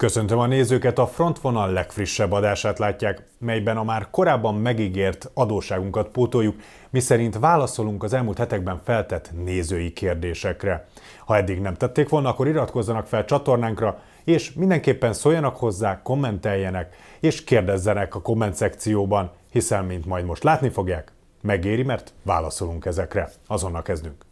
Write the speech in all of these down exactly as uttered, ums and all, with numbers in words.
Köszöntöm a nézőket, a Frontvonal legfrissebb adását látják, melyben a már korábban megígért adósságunkat pótoljuk, miszerint válaszolunk az elmúlt hetekben feltett nézői kérdésekre. Ha eddig nem tették volna, akkor iratkozzanak fel csatornánkra, és mindenképpen szóljanak hozzá, kommenteljenek, és kérdezzenek a komment szekcióban, hiszen, mint majd most látni fogják, megéri, mert válaszolunk ezekre. Azonnal kezdünk!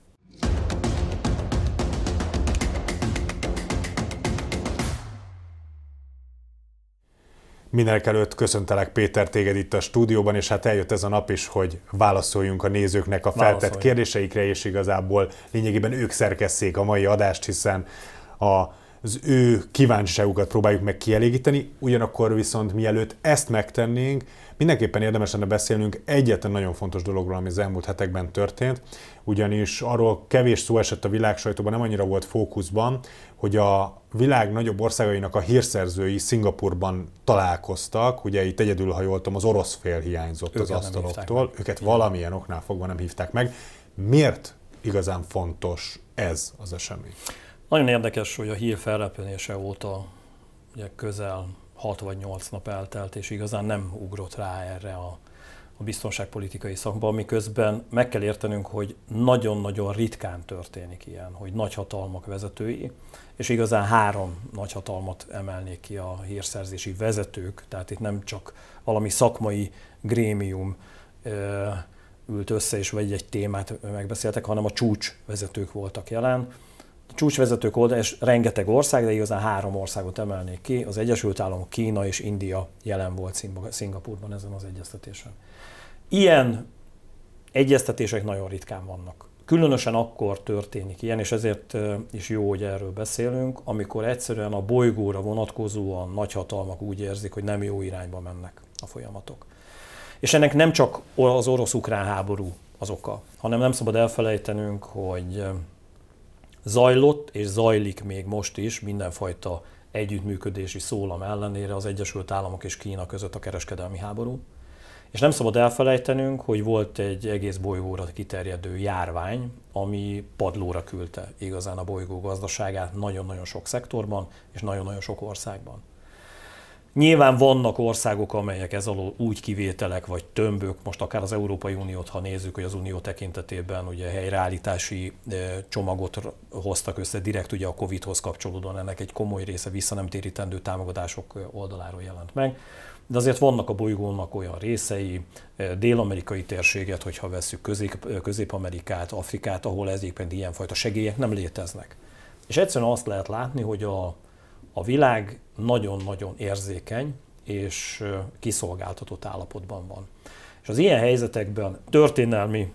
Mindenekelőtt köszöntelek, Péter, téged itt a stúdióban, és hát eljött ez a nap is, hogy válaszoljunk a nézőknek a feltett Válaszolj. kérdéseikre, és igazából lényegében ők szerkesszék a mai adást, hiszen az ő kíváncsiságukat próbáljuk meg kielégíteni, ugyanakkor viszont mielőtt ezt megtennénk, mindenképpen érdemes lenne beszélnünk egyetlen nagyon fontos dologról, ami az elmúlt hetekben történt, ugyanis arról kevés szó esett a világsajtóban, nem annyira volt fókuszban, hogy a világ nagyobb országainak a hírszerzői Szingapurban találkoztak, ugye itt egyedül, ha jól tudom, az orosz fél hiányzott őket az asztaloktól, őket valamilyen oknál fogva nem hívták meg. Miért igazán fontos ez az esemény? Nagyon érdekes, hogy a hír felrepülése óta ugye közel hat vagy nyolc nap eltelt, és igazán nem ugrott rá erre a, a biztonságpolitikai szakba, miközben meg kell értenünk, hogy nagyon-nagyon ritkán történik ilyen, hogy nagyhatalmak vezetői, és igazán három nagyhatalmat emelnék ki a hírszerzési vezetők, tehát itt nem csak valami szakmai grémium ö, ült össze, és vagy egy témát megbeszéltek, hanem a csúcsvezetők voltak jelen. A csúcsvezetők oldal, és rengeteg ország, de igazán három országot emelnék ki, az Egyesült Államok, Kína és India jelen volt Szingapurban ezen az egyeztetésen. Ilyen egyeztetések nagyon ritkán vannak. Különösen akkor történik ilyen, és ezért is jó, hogy erről beszélünk, amikor egyszerűen a bolygóra vonatkozóan nagyhatalmak úgy érzik, hogy nem jó irányba mennek a folyamatok. És ennek nem csak az orosz-ukrán háború az oka, hanem nem szabad elfelejtenünk, hogy zajlott és zajlik még most is mindenfajta együttműködési szólam ellenére az Egyesült Államok és Kína között a kereskedelmi háború. És nem szabad elfelejtenünk, hogy volt egy egész bolygóra kiterjedő járvány, ami padlóra küldte igazán a bolygó gazdaságát nagyon-nagyon sok szektorban és nagyon-nagyon sok országban. Nyilván vannak országok, amelyek ez alól úgy kivételek vagy tömbök, most akár az Európai Uniót, ha nézzük, hogy az Unió tekintetében ugye helyreállítási csomagot hoztak össze, direkt ugye a Covidhoz kapcsolódóan, ennek egy komoly része vissza nem térítendő támogatások oldaláról jelent meg. De azért vannak a bolygónak olyan részei, dél-amerikai térséget, hogyha vesszük Közép- Közép-Amerikát, Afrikát, ahol ezért ilyenfajta segélyek nem léteznek. És egyszerűen azt lehet látni, hogy a A világ nagyon-nagyon érzékeny és kiszolgáltatott állapotban van. És az ilyen helyzetekben történelmi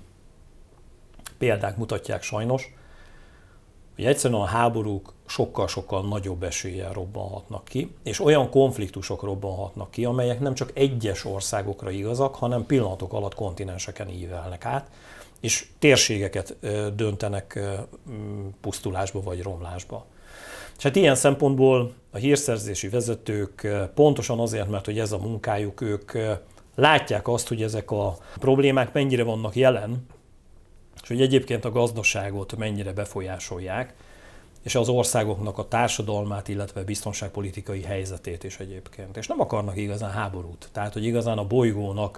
példák mutatják sajnos, hogy egyszerűen a háborúk sokkal-sokkal nagyobb eséllyel robbanhatnak ki, és olyan konfliktusok robbanhatnak ki, amelyek nem csak egyes országokra igazak, hanem pillanatok alatt kontinenseken ívelnek át, és térségeket döntenek pusztulásba vagy romlásba. És hát ilyen szempontból a hírszerzési vezetők pontosan azért, mert hogy ez a munkájuk, ők látják azt, hogy ezek a problémák mennyire vannak jelen, és hogy egyébként a gazdaságot mennyire befolyásolják, és az országoknak a társadalmát, illetve biztonságpolitikai helyzetét is egyébként. És nem akarnak igazán háborút. Tehát, hogy igazán a bolygónak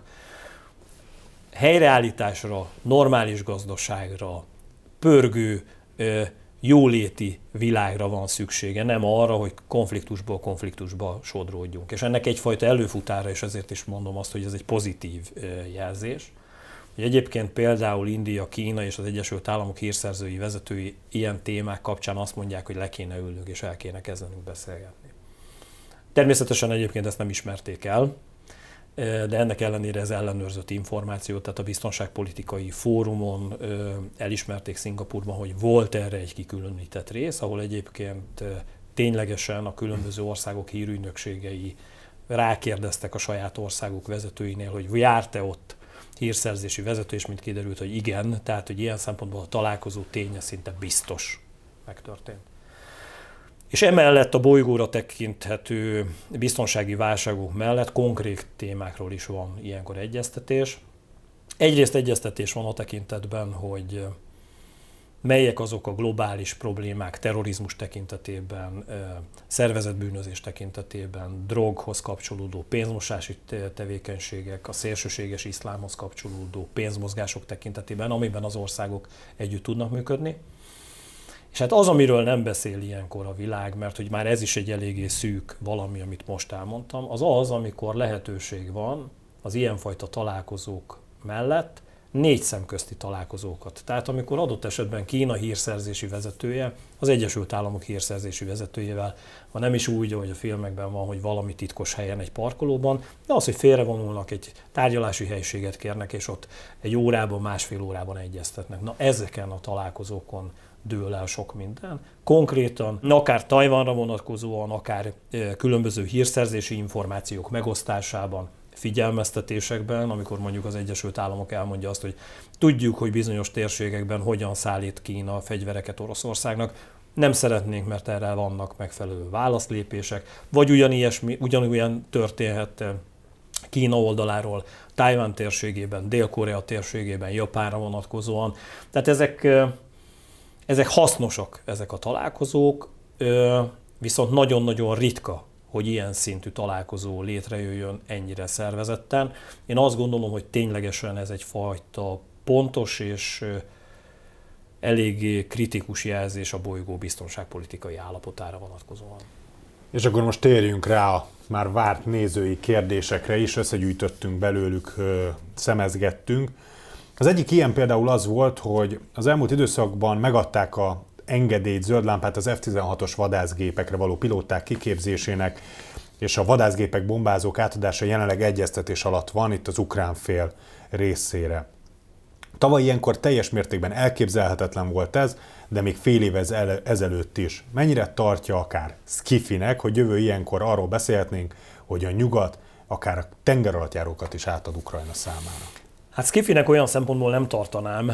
helyreállításra, normális gazdaságra, pörgő, jóléti világra van szüksége, nem arra, hogy konfliktusból konfliktusba sodródjunk. És ennek egyfajta előfutára, és ezért is mondom azt, hogy ez egy pozitív jelzés. Egyébként például India, Kína és az Egyesült Államok hírszerzői vezetői ilyen témák kapcsán azt mondják, hogy le kéne ülnünk és el kéne kezdenünk beszélgetni. Természetesen egyébként ezt nem ismerték el, de ennek ellenére ez ellenőrzött információ, tehát a biztonságpolitikai fórumon elismerték Szingapurban, hogy volt erre egy kikülönített rész, ahol egyébként ténylegesen a különböző országok hírügynökségei rákérdeztek a saját országok vezetőinél, hogy járt-e ott hírszerzési vezető, és mint kiderült, hogy igen, tehát hogy ilyen szempontból a találkozó ténye szinte biztos megtörtént. És emellett a bolygóra tekinthető biztonsági válságok mellett konkrét témákról is van ilyenkor egyeztetés. Egyrészt egyeztetés van a tekintetben, hogy melyek azok a globális problémák terrorizmus tekintetében, szervezetbűnözés tekintetében, droghoz kapcsolódó pénzmosási tevékenységek, a szélsőséges iszlámhoz kapcsolódó pénzmozgások tekintetében, amiben az országok együtt tudnak működni. És hát az, amiről nem beszél ilyenkor a világ, mert hogy már ez is egy eléggé szűk valami, amit most elmondtam, az az, amikor lehetőség van az ilyenfajta találkozók mellett négy szemközti találkozókat. Tehát amikor adott esetben Kína hírszerzési vezetője az Egyesült Államok hírszerzési vezetőjével, ha nem is úgy, hogy a filmekben van, hogy valami titkos helyen egy parkolóban, de az, hogy félrevonulnak, egy tárgyalási helyiséget kérnek, és ott egy órában, másfél órában egyeztetnek. Na ezeken a találkozókon dől el sok minden. Konkrétan akár Tajvanra vonatkozóan, akár különböző hírszerzési információk megosztásában, figyelmeztetésekben, amikor mondjuk az Egyesült Államok elmondja azt, hogy tudjuk, hogy bizonyos térségekben hogyan szállít Kína fegyvereket Oroszországnak, nem szeretnénk, mert erre vannak megfelelő válaszlépések, vagy ugyanilyesmi, ugyanolyan történhet Kína oldaláról, Tajvan térségében, Dél-Korea térségében, Japánra vonatkozóan. Tehát ezek, ezek hasznosak, ezek a találkozók, viszont nagyon-nagyon ritka, hogy ilyen szintű találkozó létrejöjjön ennyire szervezetten. Én azt gondolom, hogy ténylegesen ez egyfajta pontos és eléggé kritikus jelzés a bolygó biztonságpolitikai állapotára vonatkozóan. És akkor most térjünk rá a már várt nézői kérdésekre is, összegyűjtöttünk belőlük, szemezgettünk. Az egyik ilyen például az volt, hogy az elmúlt időszakban megadták a engedélyt, zöld lámpát az ef tizenhatos vadászgépekre való pilóták kiképzésének, és a vadászgépek, bombázók átadása jelenleg egyeztetés alatt van itt az ukrán fél részére. Tavaly ilyenkor teljes mértékben elképzelhetetlen volt ez, de még fél év ezelőtt is. Mennyire tartja akár szkifinek, hogy jövő ilyenkor arról beszélhetnénk, hogy a nyugat akár a tengeralattjárókat is átad Ukrajna számára? Hát szkifinek olyan szempontból nem tartanám,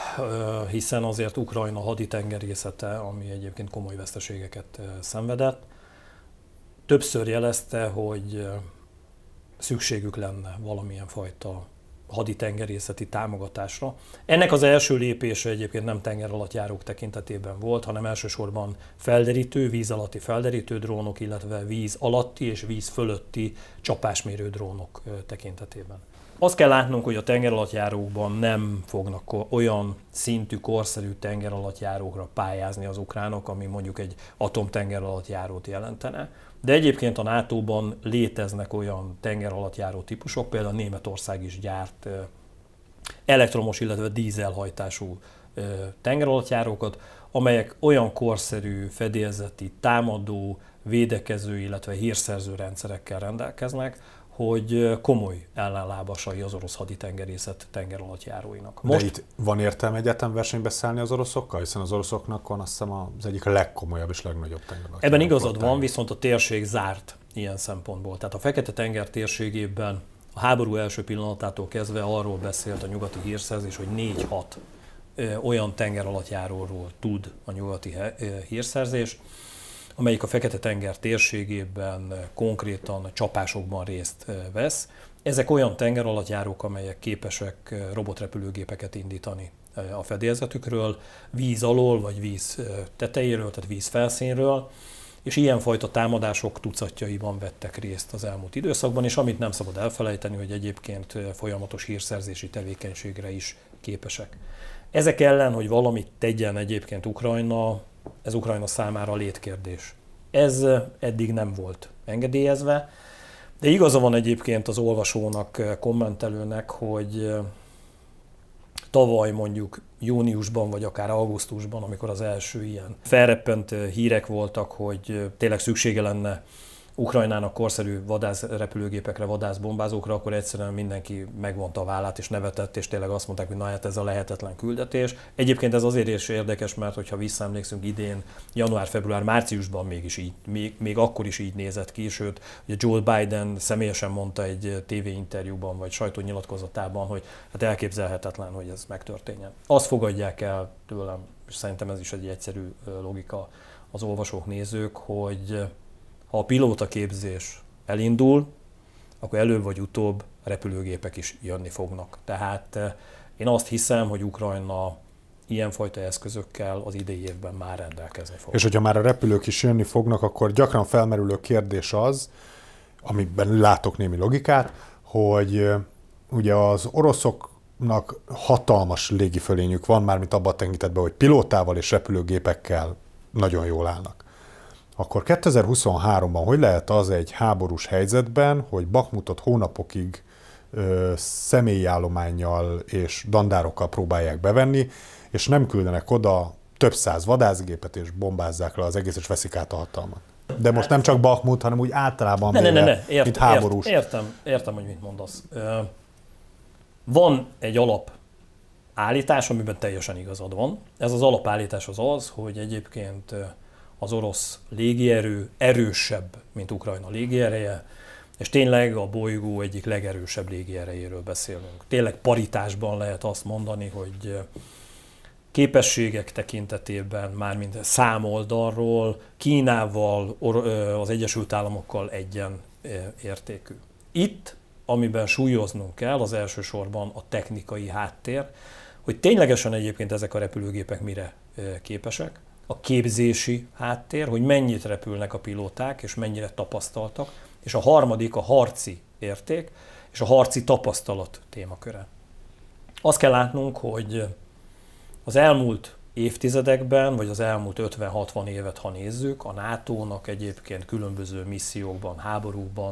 hiszen azért Ukrajna haditengerészete, ami egyébként komoly veszteségeket szenvedett, többször jelezte, hogy szükségük lenne valamilyen fajta haditengerészeti támogatásra. Ennek az első lépése egyébként nem tengeralattjárók tekintetében volt, hanem elsősorban felderítő, víz alatti felderítő drónok, illetve víz alatti és víz fölötti csapásmérő drónok tekintetében. Azt kell látnunk, hogy a tengeralattjárókban nem fognak olyan szintű, korszerű tengeralattjárókra pályázni az ukránok, ami mondjuk egy atomtengeralattjárót jelentene. De egyébként a nátóban léteznek olyan tengeralattjáró típusok, például Németország is gyárt elektromos, illetve dízelhajtású tengeralattjárókat, amelyek olyan korszerű fedélzeti, támadó, védekező, illetve hírszerző rendszerekkel rendelkeznek, hogy komoly ellenlábasai az orosz haditengerészet tengeralattjáróinak. Most... De itt van értelme egyáltalán versenybe szállni az oroszokkal? Hiszen az oroszoknak van azt hiszem az egyik legkomolyabb és legnagyobb tengeralattjáró. Ebben igazad van, viszont a térség zárt ilyen szempontból. Tehát a Fekete-tenger térségében a háború első pillanatától kezdve arról beszélt a nyugati hírszerzés, hogy négy-hat olyan tengeralattjáróról tud a nyugati hírszerzés, amelyik a Fekete-tenger térségében konkrétan csapásokban részt vesz. Ezek olyan tengeralattjárók, amelyek képesek robotrepülőgépeket indítani a fedélzetükről, víz alól vagy víz tetejéről, tehát víz felszínről, és ilyenfajta támadások tucatjaiban vettek részt az elmúlt időszakban, és amit nem szabad elfelejteni, hogy egyébként folyamatos hírszerzési tevékenységre is képesek. Ezek ellen, hogy valamit tegyen egyébként Ukrajna, ez Ukrajna számára létkérdés. Ez eddig nem volt engedélyezve, de igaza van egyébként az olvasónak, kommentelőnek, hogy tavaly mondjuk júniusban vagy akár augusztusban, amikor az első ilyen felreppent hírek voltak, hogy tényleg szüksége lenne Ukrajnának korszerű vadászrepülőgépekre, vadászbombázókra, akkor egyszerűen mindenki megvonta a vállát és nevetett, és tényleg azt mondták, hogy na hát ez a lehetetlen küldetés. Egyébként ez azért is érdekes, mert hogyha visszaemlékszünk idén, január, február, márciusban mégis így, még, még akkor is így nézett ki, sőt, ugye Joe Biden személyesen mondta egy tévéinterjúban vagy sajtónyilatkozatában, hogy hát elképzelhetetlen, hogy ez megtörténjen. Azt fogadják el tőlem, és szerintem ez is egy egyszerű logika az olvasók, nézők, hogy ha a pilótaképzés elindul, akkor előbb vagy utóbb a repülőgépek is jönni fognak. Tehát én azt hiszem, hogy Ukrajna ilyenfajta eszközökkel az idei évben már rendelkezni fog. És hogyha már a repülők is jönni fognak, akkor gyakran felmerülő kérdés az, amiben látok némi logikát, hogy ugye az oroszoknak hatalmas légifölényük van, mármint abban a tekintetben, hogy pilótával és repülőgépekkel nagyon jól állnak. Akkor kétezer-huszonháromban hogy lehet az egy háborús helyzetben, hogy Bakhmutot hónapokig ö, személyi állománnyal és dandárokkal próbálják bevenni, és nem küldenek oda több száz vadászgépet, és bombázzák le az egész, és veszik át a hatalmat. De most nem csak Bakhmut, hanem úgy általában ne, véle, ne, ne, ne. Ért, mint háborús. Ért, értem, értem, hogy mit mondasz. Van egy alap állítás, amiben teljesen igazad van. Ez az alapállítás az az, hogy egyébként az orosz légierő erősebb, mint Ukrajna légiereje, és tényleg a bolygó egyik legerősebb légierejéről beszélünk. Tényleg paritásban lehet azt mondani, hogy képességek tekintetében, mármint számoldalról, Kínával, az Egyesült Államokkal egyen értékű. Itt, amiben súlyoznunk kell, az elsősorban a technikai háttér, hogy ténylegesen egyébként ezek a repülőgépek mire képesek, a képzési háttér, hogy mennyit repülnek a pilóták, és mennyire tapasztaltak, és a harmadik a harci érték, és a harci tapasztalat témaköre. Azt kell látnunk, hogy az elmúlt évtizedekben, vagy az elmúlt ötven-hatvan évet, ha nézzük, a nátónak egyébként különböző missziókban, háborúkban,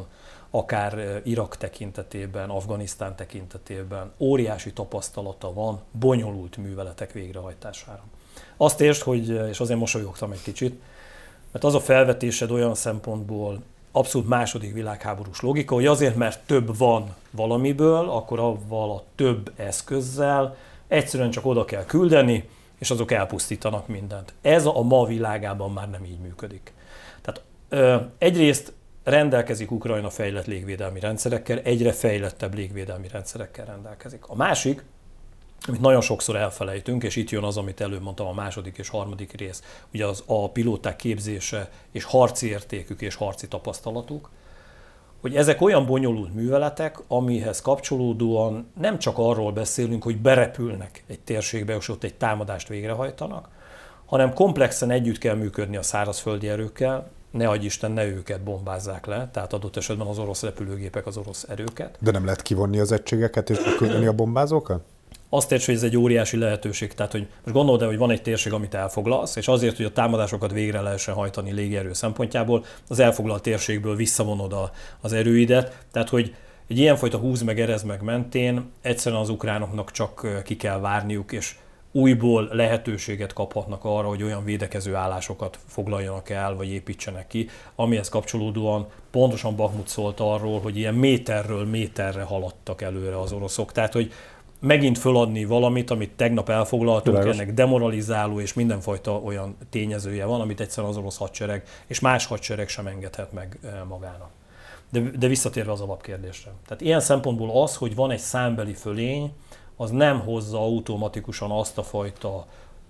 akár Irak tekintetében, Afganisztán tekintetében óriási tapasztalata van bonyolult műveletek végrehajtására. Azt értsd, hogy, és azért mosolyogtam egy kicsit, mert az a felvetésed olyan szempontból abszolút második világháborús logika, hogy azért, mert több van valamiből, akkor avval a több eszközzel egyszerűen csak oda kell küldeni, és azok elpusztítanak mindent. Ez a ma világában már nem így működik. Tehát ö, egyrészt rendelkezik Ukrajna fejlett légvédelmi rendszerekkel, egyre fejlettebb légvédelmi rendszerekkel rendelkezik. A másik, amit nagyon sokszor elfelejtünk, és itt jön az, amit előbb mondtam, a második és harmadik rész, ugye az a pilóták képzése és harci értékük és harci tapasztalatuk, hogy ezek olyan bonyolult műveletek, amihez kapcsolódóan nem csak arról beszélünk, hogy berepülnek egy térségbe, és ott egy támadást végrehajtanak, hanem komplexen együtt kell működni a szárazföldi erőkkel, ne adj Isten, ne őket bombázzák le, tehát adott esetben az orosz repülőgépek az orosz erőket. De nem lehet kivonni az egységeket és küldeni a bombázókat? Azt érts, hogy ez egy óriási lehetőség. Tehát, hogy most gondold el, hogy van egy térség, amit elfoglalsz, és azért, hogy a támadásokat végre lehessen hajtani légierő szempontjából, az elfoglalt térségből visszavonod a, az erőidet. Tehát, hogy egy ilyenfajta húz meg, erez meg mentén egyszerűen az ukránoknak csak ki kell várniuk, és újból lehetőséget kaphatnak arra, hogy olyan védekező állásokat foglaljanak el, vagy építsenek ki, amihez kapcsolódóan pontosan Bakhmut szólt arról, hogy ilyen méterről méterre haladtak előre az oroszok. Tehát, hogy megint föladni valamit, amit tegnap elfoglaltunk, Világos. Ennek demoralizáló és mindenfajta olyan tényezője van, amit egyszerűen az orosz hadsereg és más hadsereg sem engedhet meg magának. De, de visszatérve az alapkérdésre. Tehát ilyen szempontból az, hogy van egy számbeli fölény, az nem hozza automatikusan azt a fajta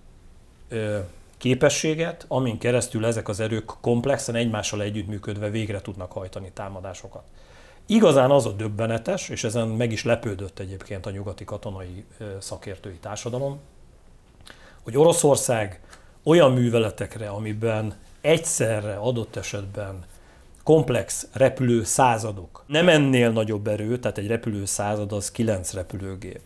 ö, képességet, amin keresztül ezek az erők komplexen egymással együttműködve végre tudnak hajtani támadásokat. Igazán az a döbbenetes, és ezen meg is lepődött egyébként a nyugati katonai szakértői társadalom, hogy Oroszország olyan műveletekre, amiben egyszerre adott esetben komplex repülő századok, nem ennél nagyobb erő, tehát egy repülő század az kilenc repülőgép,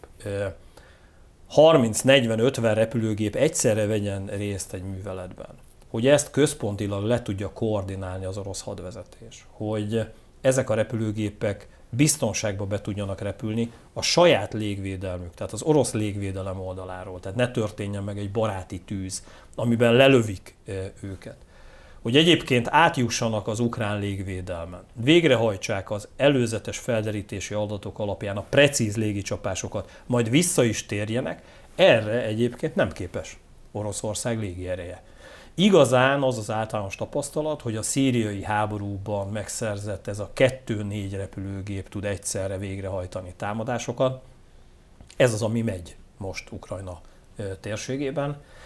harminc, negyven, ötven repülőgép egyszerre vegyen részt egy műveletben, hogy ezt központilag le tudja koordinálni az orosz hadvezetés, hogy ezek a repülőgépek biztonságba be tudjanak repülni a saját légvédelmük, tehát az orosz légvédelem oldaláról, tehát ne történjen meg egy baráti tűz, amiben lelövik őket. Hogy egyébként átjussanak az ukrán légvédelmen, végrehajtsák az előzetes felderítési adatok alapján a precíz légicsapásokat, majd vissza is térjenek, erre egyébként nem képes Oroszország légiereje. Igazán az az általános tapasztalat, hogy a szíriai háborúban megszerzett ez a kettő-négy repülőgép tud egyszerre végrehajtani támadásokat. Ez az, ami megy most Ukrajna térségében.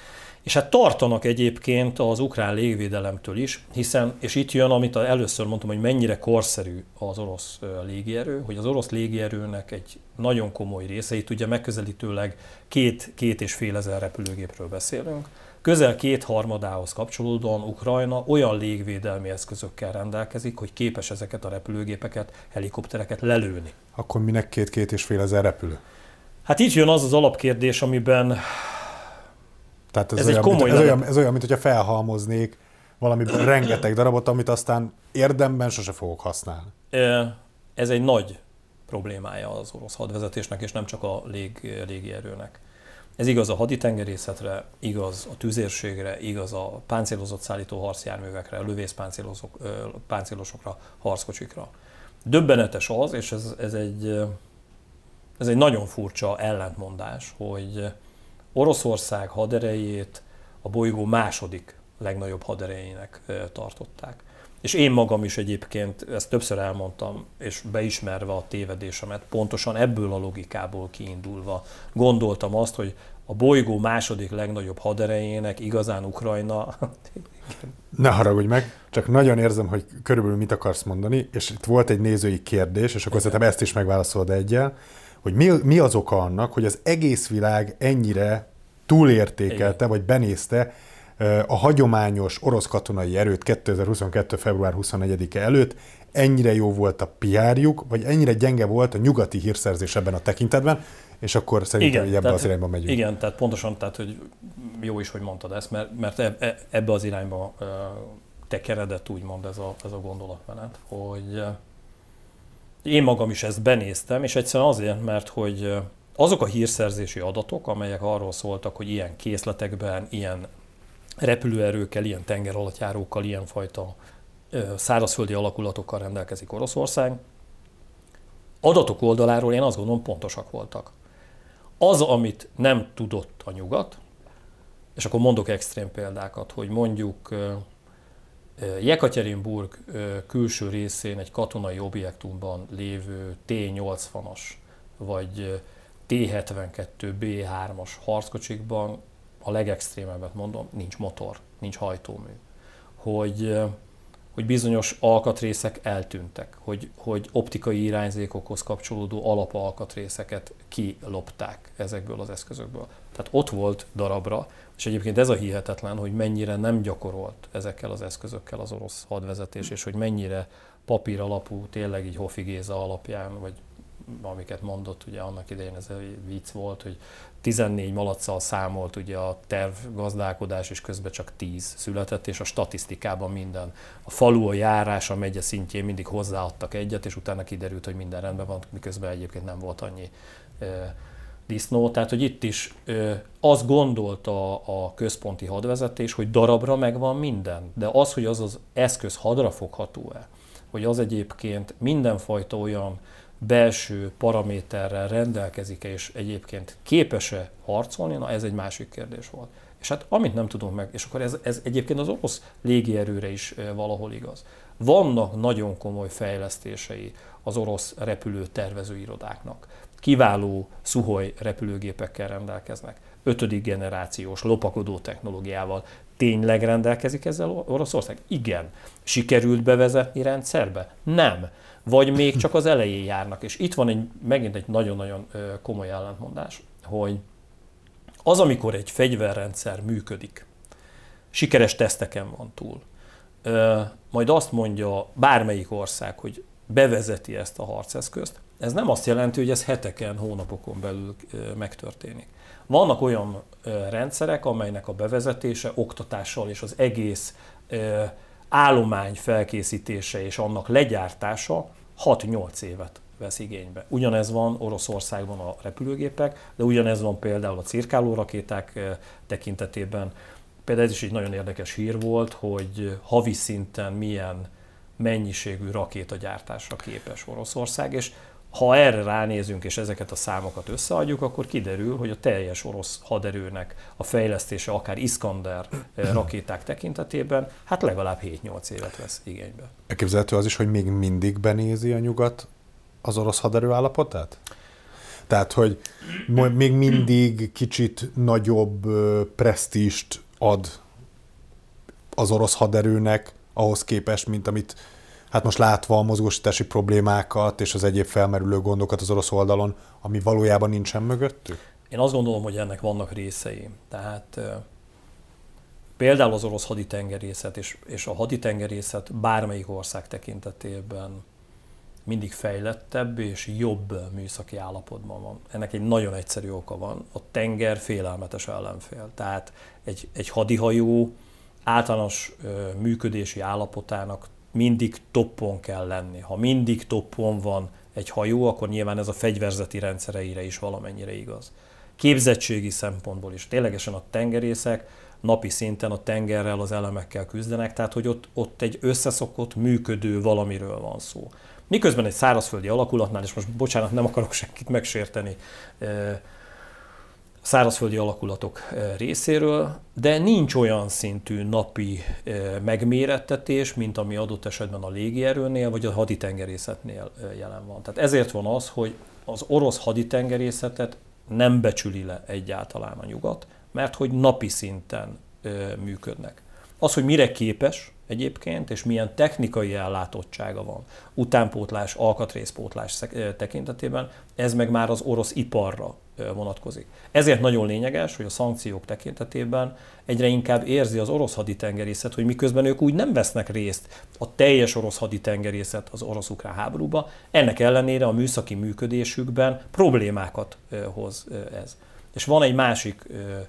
És hát tartanak egyébként az ukrán légvédelemtől is, hiszen, és itt jön, amit először mondtam, hogy mennyire korszerű az orosz légierő, hogy az orosz légierőnek egy nagyon komoly része, itt ugye megközelítőleg két, két és fél ezer repülőgépről beszélünk, közel kétharmadához kapcsolódóan Ukrajna olyan légvédelmi eszközökkel rendelkezik, hogy képes ezeket a repülőgépeket, helikoptereket lelőni. Akkor minek két-két és fél ezer repülő? Hát itt jön az az alapkérdés, amiben Tehát ez, ez, olyan, mint, ez, olyan, ez olyan, mint hogyha felhalmoznék valamiből rengeteg darabot, amit aztán érdemben sose fogok használni. Ez egy nagy problémája az orosz hadvezetésnek, és nem csak a lég, légierőnek. Ez igaz a haditengerészetre, igaz a tüzérségre, igaz a páncélozott szállító harcjárművekre, lövészpáncélosokra, harckocsikra. Döbbenetes az, és ez, ez, egy, ez egy nagyon furcsa ellentmondás, hogy Oroszország haderejét a bolygó második legnagyobb haderejének tartották. És én magam is egyébként, ezt többször elmondtam, és beismerve a tévedésemet, pontosan ebből a logikából kiindulva gondoltam azt, hogy a bolygó második legnagyobb haderejének igazán Ukrajna... Ne haragudj meg, csak nagyon érzem, hogy körülbelül mit akarsz mondani, és itt volt egy nézői kérdés, és akkor szerintem ezt is megválaszolod egyel, hogy mi, mi az oka annak, hogy az egész világ ennyire túlértékelte, igen, vagy benézte a hagyományos orosz katonai erőt kétezer-huszonkettő. február huszonnegyedike előtt, ennyire jó volt a pé er-juk, vagy ennyire gyenge volt a nyugati hírszerzés ebben a tekintetben, és akkor szerintem igen, ebbe az irányba megyünk. Igen, tehát pontosan, tehát, hogy jó is, hogy mondtad ezt, mert, mert ebbe az irányba tekeredett úgymond ez a, ez a gondolatmenet, hogy én magam is ezt benéztem, és egyszerűen azért, mert hogy azok a hírszerzési adatok, amelyek arról szóltak, hogy ilyen készletekben, ilyen repülőerőkkel, ilyen tengeralattjárókkal, ilyenfajta szárazföldi alakulatokkal rendelkezik Oroszország, adatok oldaláról én azt gondolom pontosak voltak. Az, amit nem tudott a nyugat, és akkor mondok extrém példákat, hogy mondjuk Jekatyerinburg külső részén egy katonai objektumban lévő té nyolcvanas vagy té hetvenkettő bé hármas harckocsikban, a legextrémebbet mondom, nincs motor, nincs hajtómű. Hogy, hogy bizonyos alkatrészek eltűntek, hogy, hogy optikai irányzékokhoz kapcsolódó alapalkatrészeket kilopták ezekből az eszközökből. Tehát ott volt darabra, és egyébként ez a hihetetlen, hogy mennyire nem gyakorolt ezekkel az eszközökkel az orosz hadvezetés, és hogy mennyire papír alapú, tényleg így Hofi Géza alapján, vagy amiket mondott, ugye annak idején ez egy vicc volt, hogy tizennégy malacccal számolt ugye a tervgazdálkodás, és közben csak tíz született, és a statisztikában minden. A falu, a járás, a megye szintjén mindig hozzáadtak egyet, és utána kiderült, hogy minden rendben van, miközben egyébként nem volt annyi e, disznó. Tehát, hogy itt is e, azt gondolta a központi hadvezetés, hogy darabra megvan minden, de az, hogy az az eszköz hadrafogható-e, hogy az egyébként mindenfajta olyan belső paraméterrel rendelkezik-e, és egyébként képes-e harcolni, na ez egy másik kérdés volt. És hát amit nem tudunk meg, és akkor ez, ez egyébként az orosz légierőre is valahol igaz. Vannak nagyon komoly fejlesztései az orosz repülőtervező irodáknak. Kiváló Szuhoj repülőgépekkel rendelkeznek, ötödik generációs lopakodó technológiával. Tényleg rendelkezik ezzel Oroszország? Igen. Sikerült bevezetni rendszerbe? Nem. Vagy még csak az elején járnak. És itt van egy, megint egy nagyon-nagyon komoly ellentmondás, hogy az, amikor egy fegyverrendszer működik, sikeres teszteken van túl, majd azt mondja bármelyik ország, hogy bevezeti ezt a harceszközt, ez nem azt jelenti, hogy ez heteken, hónapokon belül megtörténik. Vannak olyan rendszerek, amelynek a bevezetése oktatással és az egész állomány felkészítése és annak legyártása hat-nyolc évet vesz igénybe. Ugyanez van Oroszországban a repülőgépek, de ugyanez van például a cirkáló rakéták tekintetében. Például ez is egy nagyon érdekes hír volt, hogy havi szinten milyen mennyiségű rakétagyártásra képes Oroszország, és ha erre ránézünk és ezeket a számokat összeadjuk, akkor kiderül, hogy a teljes orosz haderőnek a fejlesztése akár Iskander rakéták tekintetében hát legalább hét-nyolc évet vesz igénybe. Elképzelhető az is, hogy még mindig benézi a nyugat az orosz haderő állapotát? Tehát, hogy még mindig kicsit nagyobb presztízst ad az orosz haderőnek ahhoz képest, mint amit hát most látva a mozgósítási problémákat és az egyéb felmerülő gondokat az orosz oldalon, ami valójában nincsen mögöttük? Én azt gondolom, hogy ennek vannak részei. Tehát például az orosz haditengerészet és, és a haditengerészet bármelyik ország tekintetében mindig fejlettebb és jobb műszaki állapotban van. Ennek egy nagyon egyszerű oka van. A tenger félelmetes ellenfél. Tehát egy, egy hadihajó általános ö, működési állapotának mindig toppon kell lenni. Ha mindig toppon van egy hajó, akkor nyilván ez a fegyverzeti rendszereire is valamennyire igaz. Képzettségi szempontból is. Ténylegesen a tengerészek napi szinten a tengerrel, az elemekkel küzdenek, tehát hogy ott, ott egy összeszokott, működő valamiről van szó. Miközben egy szárazföldi alakulatnál, és most bocsánat, nem akarok senkit megsérteni szárazföldi alakulatok részéről, de nincs olyan szintű napi megmérettetés, mint ami adott esetben a légierőnél vagy a haditengerészetnél jelen van. Tehát ezért van az, hogy az orosz haditengerészetet nem becsüli le egyáltalán a nyugat, mert hogy napi szinten működnek. Az, hogy mire képes egyébként, és milyen technikai ellátottsága van utánpótlás, alkatrészpótlás tekintetében, ez meg már az orosz iparra vonatkozik. Ezért nagyon lényeges, hogy a szankciók tekintetében egyre inkább érzi az orosz haditengerészet, hogy miközben ők úgy nem vesznek részt a teljes orosz haditengerészet az orosz-ukrán háborúba, ennek ellenére a műszaki működésükben problémákat hoz ez. És van egy másik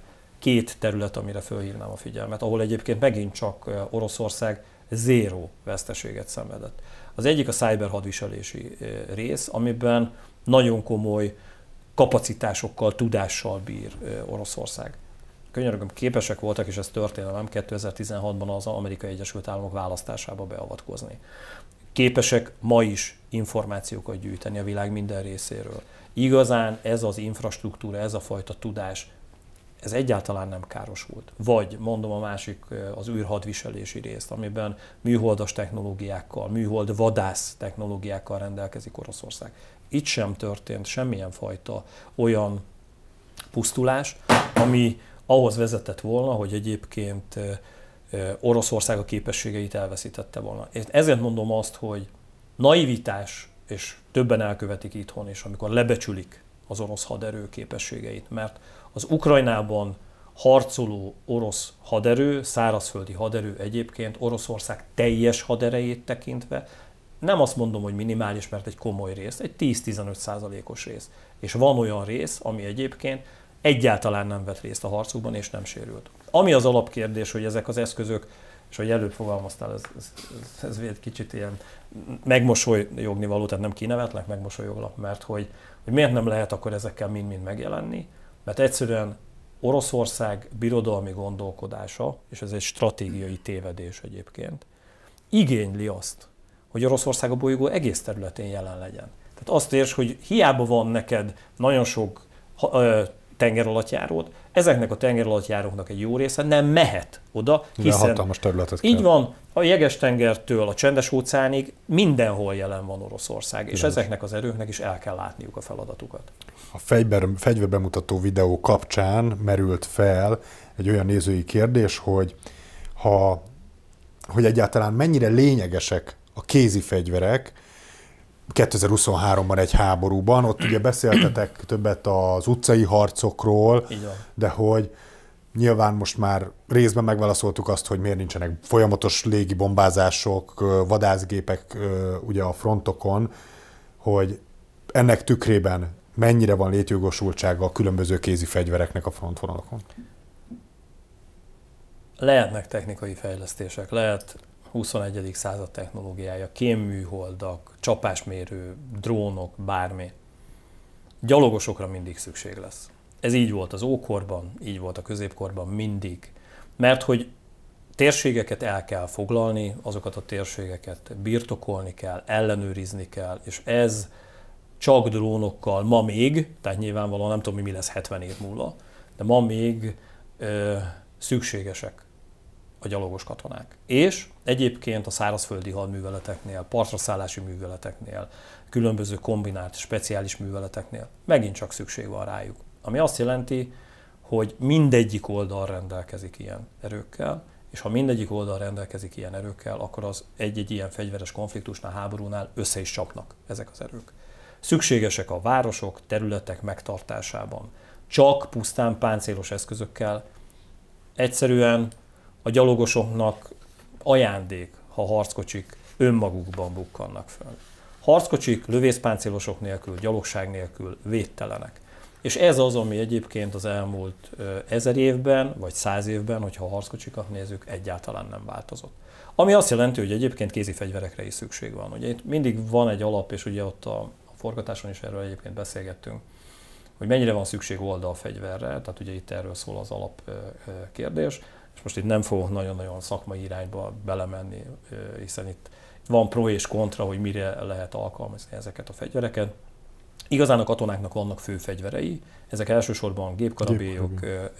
két terület, amire fölhívnám a figyelmet, ahol egyébként megint csak Oroszország zéró veszteséget szenvedett. Az egyik a cyber hadviselési rész, amiben nagyon komoly kapacitásokkal, tudással bír Oroszország. Könyörgöm, képesek voltak, és ez történelem, kétezer-tizenhatban az Amerikai Egyesült Államok választásába beavatkozni. Képesek ma is információkat gyűjteni a világ minden részéről. Igazán ez az infrastruktúra, ez a fajta tudás, ez egyáltalán nem károsult. Vagy mondom a másik, az űrhadviselési részt, amiben műholdas technológiákkal, műhold vadász technológiákkal rendelkezik Oroszország. Itt sem történt semmilyen fajta olyan pusztulás, ami ahhoz vezetett volna, hogy egyébként Oroszország a képességeit elveszítette volna. Ezért mondom azt, hogy naivitás, és többen elkövetik itthon is, amikor lebecsülik az orosz haderő képességeit, mert az Ukrajnában harcoló orosz haderő, szárazföldi haderő egyébként Oroszország teljes haderejét tekintve, nem azt mondom, hogy minimális, mert egy komoly rész, egy tíz-tizenöt százalékos rész. És van olyan rész, ami egyébként egyáltalán nem vett részt a harcukban, és nem sérült. Ami az alapkérdés, hogy ezek az eszközök, és ahogy előbb fogalmaztál, ez, ez, ez, ez egy kicsit ilyen megmosolyogni való, tehát nem kinevetlek, megmosolyoglak, mert hogy, hogy miért nem lehet akkor ezekkel mind-mind megjelenni, mert egyszerűen Oroszország birodalmi gondolkodása, és ez egy stratégiai tévedés egyébként, igényli azt, hogy Oroszország a bolygó egész területén jelen legyen. Tehát azt érts, hogy hiába van neked nagyon sok tengeralattjáród, ezeknek a tengeralattjáróknak egy jó része nem mehet oda, hiszen hatalmas területet így kell. van, a Jeges-tengertől a Csendes-óceánig mindenhol jelen van Oroszország, és Bilányos. Ezeknek az erőknek is el kell látniuk a feladatukat. A fegyver, fegyverbemutató videó kapcsán merült fel egy olyan nézői kérdés, hogy ha, hogy egyáltalán mennyire lényegesek a kézi fegyverek kétezer-huszonháromban egy háborúban. Ott ugye beszéltetek többet az utcai harcokról, de hogy nyilván most már részben megválaszoltuk azt, hogy miért nincsenek folyamatos légibombázások, vadászgépek ugye a frontokon, hogy ennek tükrében mennyire van létjogosultsága a különböző kézi fegyvereknek a frontvonalakon? Lehetnek technikai fejlesztések, lehet huszonegyedik század technológiája, kémműholdak, csapásmérő, drónok, bármi. Gyalogosokra mindig szükség lesz. Ez így volt az ókorban, így volt a középkorban mindig. Mert hogy térségeket el kell foglalni, azokat a térségeket birtokolni kell, ellenőrizni kell, és ez csak drónokkal ma még, tehát nyilvánvalóan nem tudom, mi lesz hetven év múlva, de ma még ö, szükségesek a gyalogos katonák. És egyébként a szárazföldi hadműveleteknél, partraszállási műveleteknél, különböző kombinált, speciális műveleteknél megint csak szükség van rájuk. Ami azt jelenti, hogy mindegyik oldal rendelkezik ilyen erőkkel, és ha mindegyik oldal rendelkezik ilyen erőkkel, akkor az egy-egy ilyen fegyveres konfliktusnál, háborúnál össze is csapnak ezek az erők. Szükségesek a városok, területek megtartásában. Csak pusztán páncélos eszközökkel. Egyszerűen a gyalogosoknak ajándék, ha harckocsik önmagukban bukkannak fel. Harckocsik lövészpáncélosok nélkül, gyalogság nélkül védtelenek. És ez az, ami egyébként az elmúlt ezer évben, vagy száz évben, hogyha a harckocsikat nézzük, egyáltalán nem változott. Ami azt jelenti, hogy egyébként kézi fegyverekre is szükség van. Ugye itt mindig van egy alap, és ugye ott a forgatáson is erről egyébként beszélgettünk, hogy mennyire van szükség oldalfegyverre, tehát ugye itt erről szól az alapkérdés, és most itt nem fogok nagyon-nagyon szakmai irányba belemenni, hiszen itt van pro és kontra, hogy mire lehet alkalmazni ezeket a fegyvereket. Igazán a katonáknak vannak fő fegyverei, ezek elsősorban gépkarabélyok,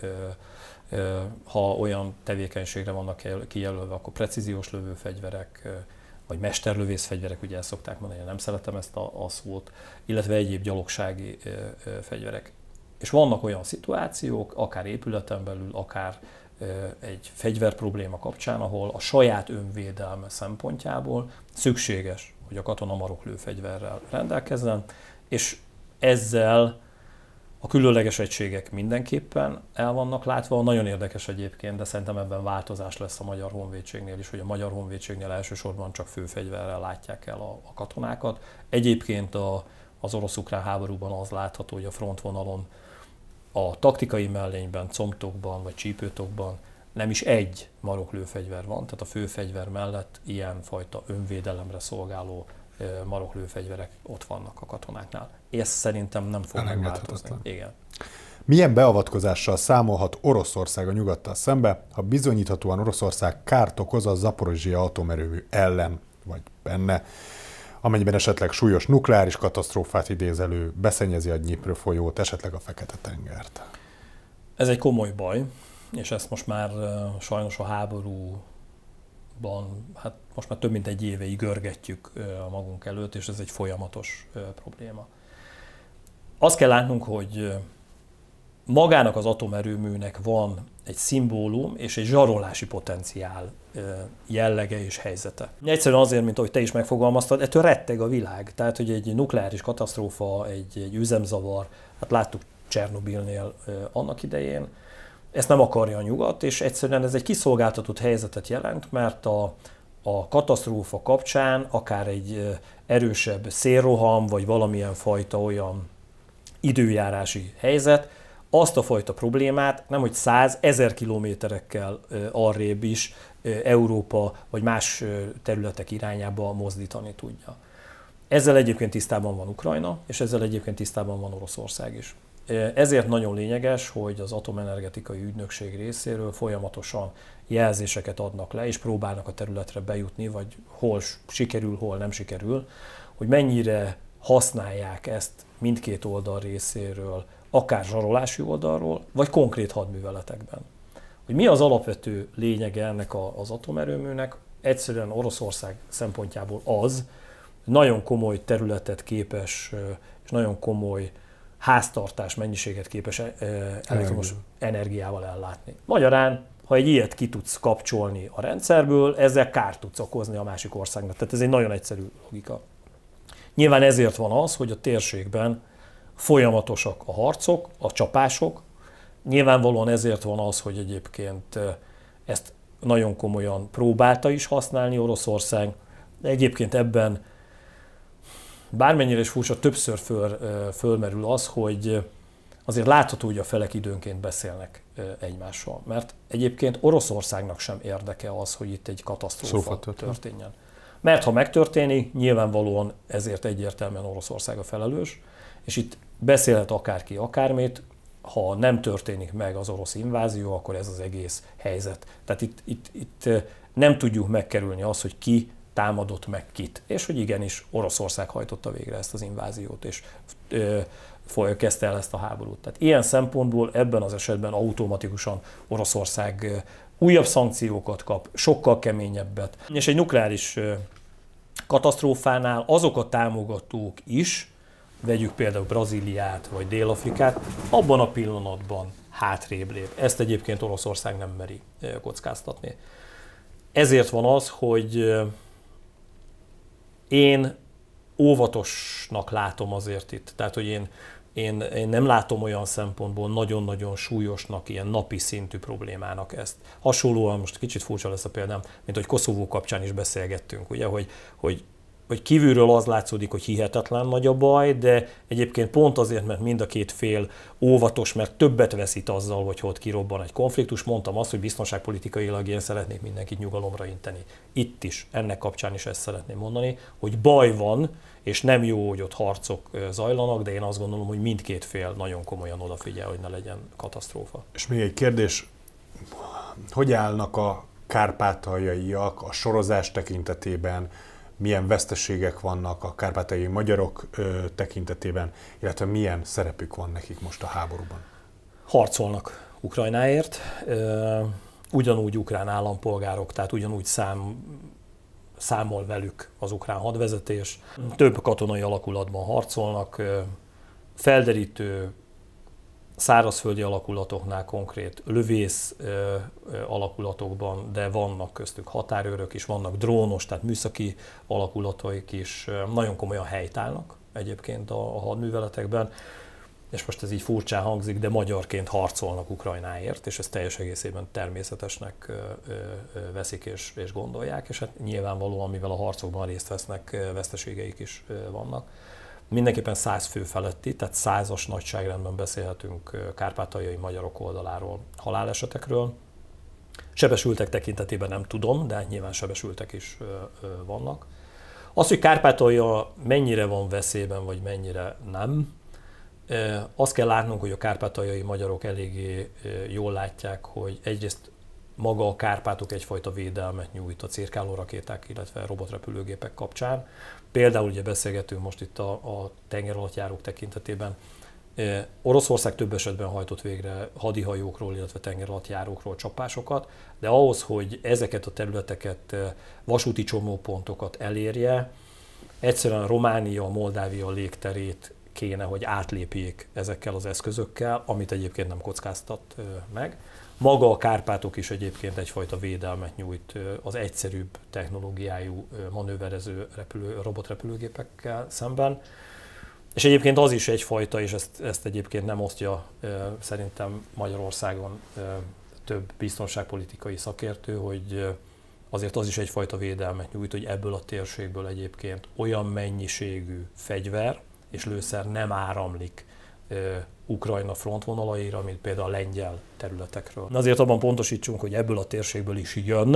ha olyan tevékenységre vannak kijelölve, akkor precíziós lövőfegyverek, vagy mesterlövész fegyverek, ugye ezt szokták mondani, nem szeretem ezt a, a szót, illetve egyéb gyalogsági ö, ö, fegyverek. És vannak olyan szituációk, akár épületen belül, akár ö, egy fegyver probléma kapcsán, ahol a saját önvédelme szempontjából szükséges, hogy a katona maroklőfegyverrel rendelkezzen, és ezzel a különleges egységek mindenképpen el vannak látva. Nagyon érdekes egyébként, de szerintem ebben változás lesz a Magyar Honvédségnél is, hogy a Magyar Honvédségnél elsősorban csak főfegyverrel látják el a, a katonákat. Egyébként a, az orosz-ukrán háborúban az látható, hogy a frontvonalon a taktikai mellényben, combtokban vagy csípőtokban nem is egy maroklőfegyver van, tehát a főfegyver mellett ilyenfajta önvédelemre szolgáló maroklőfegyverek ott vannak a katonáknál. Ez szerintem nem fog megváltozni. Igen. Milyen beavatkozással számolhat Oroszország a nyugattal szembe, ha bizonyíthatóan Oroszország kárt okoz a Zaporozsija atomerőmű ellen, vagy benne, amennyiben esetleg súlyos nukleáris katasztrófát idéz elő, beszennyezi a Dnyipro folyót, esetleg a Fekete-tengert? Ez egy komoly baj, és ezt most már sajnos a háború hát most már több mint egy éve görgetjük a magunk előtt, és ez egy folyamatos probléma. Azt kell látnunk, hogy magának az atomerőműnek van egy szimbólum és egy zsarolási potenciál jellege és helyzete. Egyszerűen azért, mint ahogy te is megfogalmaztad, ettől retteg a világ. Tehát, hogy egy nukleáris katasztrófa, egy, egy üzemzavar, hát láttuk Csernobilnél annak idején, ezt nem akarja a nyugat, és egyszerűen ez egy kiszolgáltatott helyzetet jelent, mert a, a katasztrófa kapcsán akár egy erősebb szélroham, vagy valamilyen fajta olyan időjárási helyzet, azt a fajta problémát nemhogy száz, ezer kilométerekkel arrébb is Európa vagy más területek irányába mozdítani tudja. Ezzel egyébként tisztában van Ukrajna, és ezzel egyébként tisztában van Oroszország is. Ezért nagyon lényeges, hogy az atomenergetikai ügynökség részéről folyamatosan jelzéseket adnak le, és próbálnak a területre bejutni, vagy hol sikerül, hol nem sikerül, hogy mennyire használják ezt mindkét oldal részéről, akár zsarolási oldalról, vagy konkrét hadműveletekben. Hogy mi az alapvető lényege ennek az atomerőműnek? Egyszerűen Oroszország szempontjából az, nagyon komoly területet képes, és nagyon komoly háztartás mennyiséget képes elektromos energiával ellátni. Magyarán, ha egy ilyet ki tudsz kapcsolni a rendszerből, ezzel kárt tudsz okozni a másik országnak. Tehát ez egy nagyon egyszerű logika. Nyilván ezért van az, hogy a térségben folyamatosak a harcok, a csapások. Nyilvánvalóan ezért van az, hogy egyébként ezt nagyon komolyan próbálta is használni Oroszország. De egyébként ebben bármennyire is furcsa, többször föl, fölmerül az, hogy azért látható, hogy a felek időnként beszélnek egymással. Mert egyébként Oroszországnak sem érdeke az, hogy itt egy katasztrófa történjen. Mert ha megtörténik, nyilvánvalóan ezért egyértelműen Oroszország a felelős, és itt beszélhet akárki akármit, ha nem történik meg az orosz invázió, akkor ez az egész helyzet. Tehát itt, itt, itt nem tudjuk megkerülni azt, hogy ki támadott meg kit. És hogy igenis Oroszország hajtotta végre ezt az inváziót, és ö, kezdte el ezt a háborút. Tehát ilyen szempontból ebben az esetben automatikusan Oroszország újabb szankciókat kap, sokkal keményebbet. És egy nukleáris katasztrófánál azok a támogatók is, vegyük például Brazíliát vagy Dél-Afrikát, abban a pillanatban hátrébb lép. Ezt egyébként Oroszország nem meri kockáztatni. Ezért van az, hogy én óvatosnak látom azért itt. Tehát, hogy én, én, én nem látom olyan szempontból nagyon-nagyon súlyosnak, ilyen napi szintű problémának ezt. Hasonlóan, most kicsit furcsa lesz a példám, mint hogy Koszovó kapcsán is beszélgettünk, ugye, hogy, hogy hogy kívülről az látszódik, hogy hihetetlen nagy a baj, de egyébként pont azért, mert mind a két fél óvatos, mert többet veszít azzal, hogy ott kirobban egy konfliktus. Mondtam azt, hogy biztonságpolitikailag én szeretnék mindenkit nyugalomra inteni. Itt is, ennek kapcsán is ezt szeretném mondani, hogy baj van, és nem jó, hogy ott harcok zajlanak, de én azt gondolom, hogy mindkét fél nagyon komolyan odafigyel, hogy ne legyen katasztrófa. És még egy kérdés, hogy állnak a kárpátaljaiak a sorozás tekintetében, milyen veszteségek vannak a kárpátaljai magyarok ö, tekintetében, illetve milyen szerepük van nekik most a háborúban? Harcolnak Ukrajnáért, ö, ugyanúgy ukrán állampolgárok, tehát ugyanúgy szám, számol velük az ukrán hadvezetés. Több katonai alakulatban harcolnak, ö, felderítő, szárazföldi alakulatoknál konkrét lövész ö, ö, alakulatokban, de vannak köztük határőrök is, vannak drónos, tehát műszaki alakulataik is, ö, nagyon komolyan helytállnak egyébként a, a hadműveletekben, és most ez így furcsán hangzik, de magyarként harcolnak Ukrajnáért, és ezt teljes egészében természetesnek ö, ö, veszik és, és gondolják, és hát nyilvánvalóan, mivel a harcokban részt vesznek, veszteségeik is ö, vannak. Mindenképpen száz fő feletti, tehát százas nagyságrendben beszélhetünk kárpátaljai magyarok oldaláról halálesetekről. Sebesültek tekintetében nem tudom, de nyilván sebesültek is vannak. Az, hogy Kárpátalja mennyire van veszélyben, vagy mennyire nem, azt kell látnunk, hogy a kárpátaljai magyarok eléggé jól látják, hogy egyrészt maga a Kárpátok egyfajta védelmet nyújt a cirkáló rakéták, illetve robotrepülőgépek kapcsán. Például ugye beszélgetünk most itt a, a tengeralattjárók tekintetében. Oroszország több esetben hajtott végre hadihajókról, illetve tengeralattjárókról csapásokat, de ahhoz, hogy ezeket a területeket, vasúti csomópontokat elérje, egyszerűen Románia, Moldávia légterét kéne, hogy átlépjék ezekkel az eszközökkel, amit egyébként nem kockáztat meg. Maga a Kárpátok is egyébként egyfajta védelmet nyújt az egyszerűbb technológiájú manőverező repülő, robotrepülőgépekkel szemben. És egyébként az is egyfajta, és ezt, ezt egyébként nem osztja szerintem Magyarországon több biztonságpolitikai szakértő, hogy azért az is egyfajta védelmet nyújt, hogy ebből a térségből egyébként olyan mennyiségű fegyver és lőszer nem áramlik Ukrajna frontvonalaira, mint például a lengyel területekről. Azért abban pontosítsunk, hogy ebből a térségből is jön,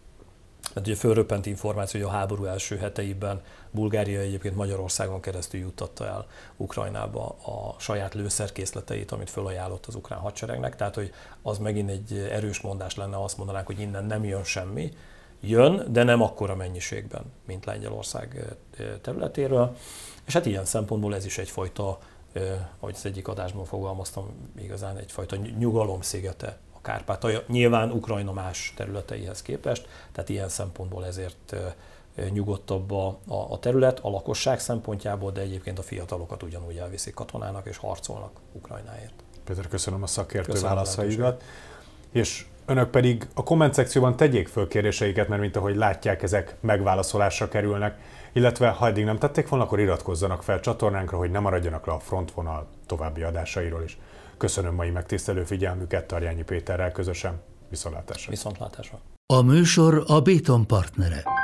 mert ugye fölröppent információ, hogy a háború első heteiben Bulgária egyébként Magyarországon keresztül juttatta el Ukrajnába a saját lőszerkészleteit, amit fölajánlott az ukrán hadseregnek, tehát hogy az megint egy erős mondás lenne, azt mondanánk, hogy innen nem jön semmi. Jön, de nem akkora mennyiségben, mint Lengyelország területéről, és hát ilyen szempontból ez is egyfajta, ahogy az egyik adásban fogalmaztam, igazán egyfajta nyugalomszigete a Kárpátalja, nyilván Ukrajna más területeihez képest, tehát ilyen szempontból ezért nyugodtabb a, a terület, a lakosság szempontjából, de egyébként a fiatalokat ugyanúgy elviszik katonának és harcolnak Ukrajnáért. Péter, köszönöm a szakértő válaszaidat, és önök pedig a komment szekcióban tegyék föl kérdéseiket, mert mint ahogy látják, ezek megválaszolásra kerülnek, illetve ha eddig nem tették volna, akkor iratkozzanak fel csatornánkra, hogy ne maradjanak le a frontvonal további adásairól is. Köszönöm mai megtisztelő figyelmüket Tarjányi Péterrel közösen. Viszontlátásra. Viszontlátásra. A műsor a Béton partnere.